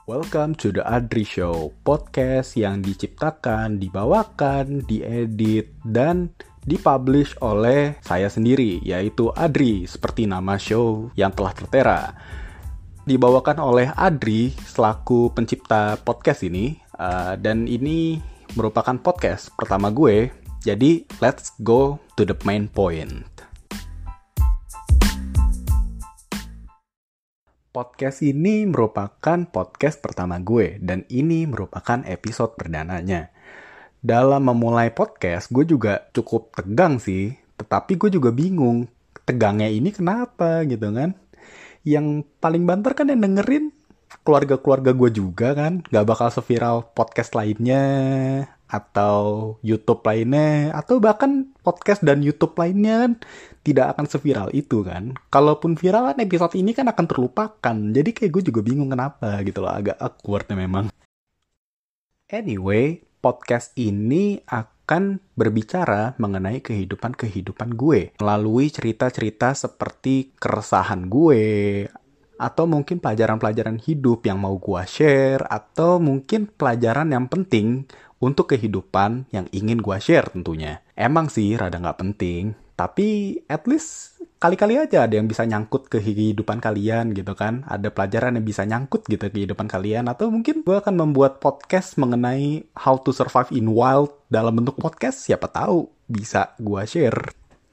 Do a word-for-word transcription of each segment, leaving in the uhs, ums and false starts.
Welcome to the Adri Show, podcast yang diciptakan, dibawakan, diedit, dan dipublish oleh saya sendiri, yaitu Adri, seperti nama show yang telah tertera. Dibawakan oleh Adri selaku pencipta podcast ini, uh, dan ini merupakan podcast pertama gue, jadi let's go to the main point. Podcast ini merupakan podcast pertama gue, dan ini merupakan episode perdananya. Dalam memulai podcast, gue juga cukup tegang sih, tetapi gue juga bingung, tegangnya ini kenapa gitu kan. Yang paling banter kan yang dengerin keluarga-keluarga gue juga kan, gak bakal seviral podcast lainnya, atau YouTube lainnya, atau bahkan podcast dan YouTube lainnya kan tidak akan seviral itu kan. Kalaupun viral kan episode ini kan akan terlupakan. Jadi kayak gue juga bingung kenapa gitu loh. Agak awkwardnya memang. Anyway, podcast ini akan berbicara mengenai kehidupan-kehidupan gue. Melalui cerita-cerita seperti keresahan gue. Atau mungkin pelajaran-pelajaran hidup yang mau gue share. Atau mungkin pelajaran yang penting untuk kehidupan yang ingin gue share tentunya. Emang sih rada gak penting. Tapi at least kali-kali aja ada yang bisa nyangkut ke kehidupan kalian gitu kan. Ada pelajaran yang bisa nyangkut gitu ke kehidupan kalian. Atau mungkin gue akan membuat podcast mengenai how to survive in wild dalam bentuk podcast. Siapa tahu bisa gue share.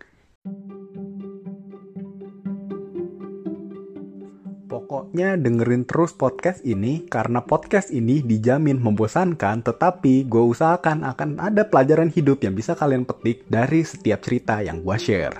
Pokoknya dengerin terus podcast ini karena podcast ini dijamin membosankan, tetapi gue usahakan akan ada pelajaran hidup yang bisa kalian petik dari setiap cerita yang gue share.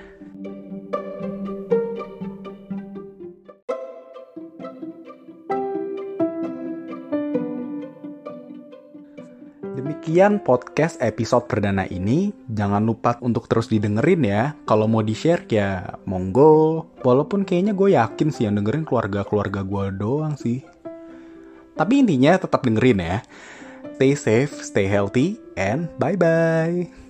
Demikian podcast episode perdana ini. Jangan lupa untuk terus didengerin ya. Kalau mau di-share ya monggo. Walaupun kayaknya gue yakin sih yang dengerin keluarga-keluarga gue doang sih. Tapi intinya tetap dengerin ya. Stay safe, stay healthy, and bye-bye.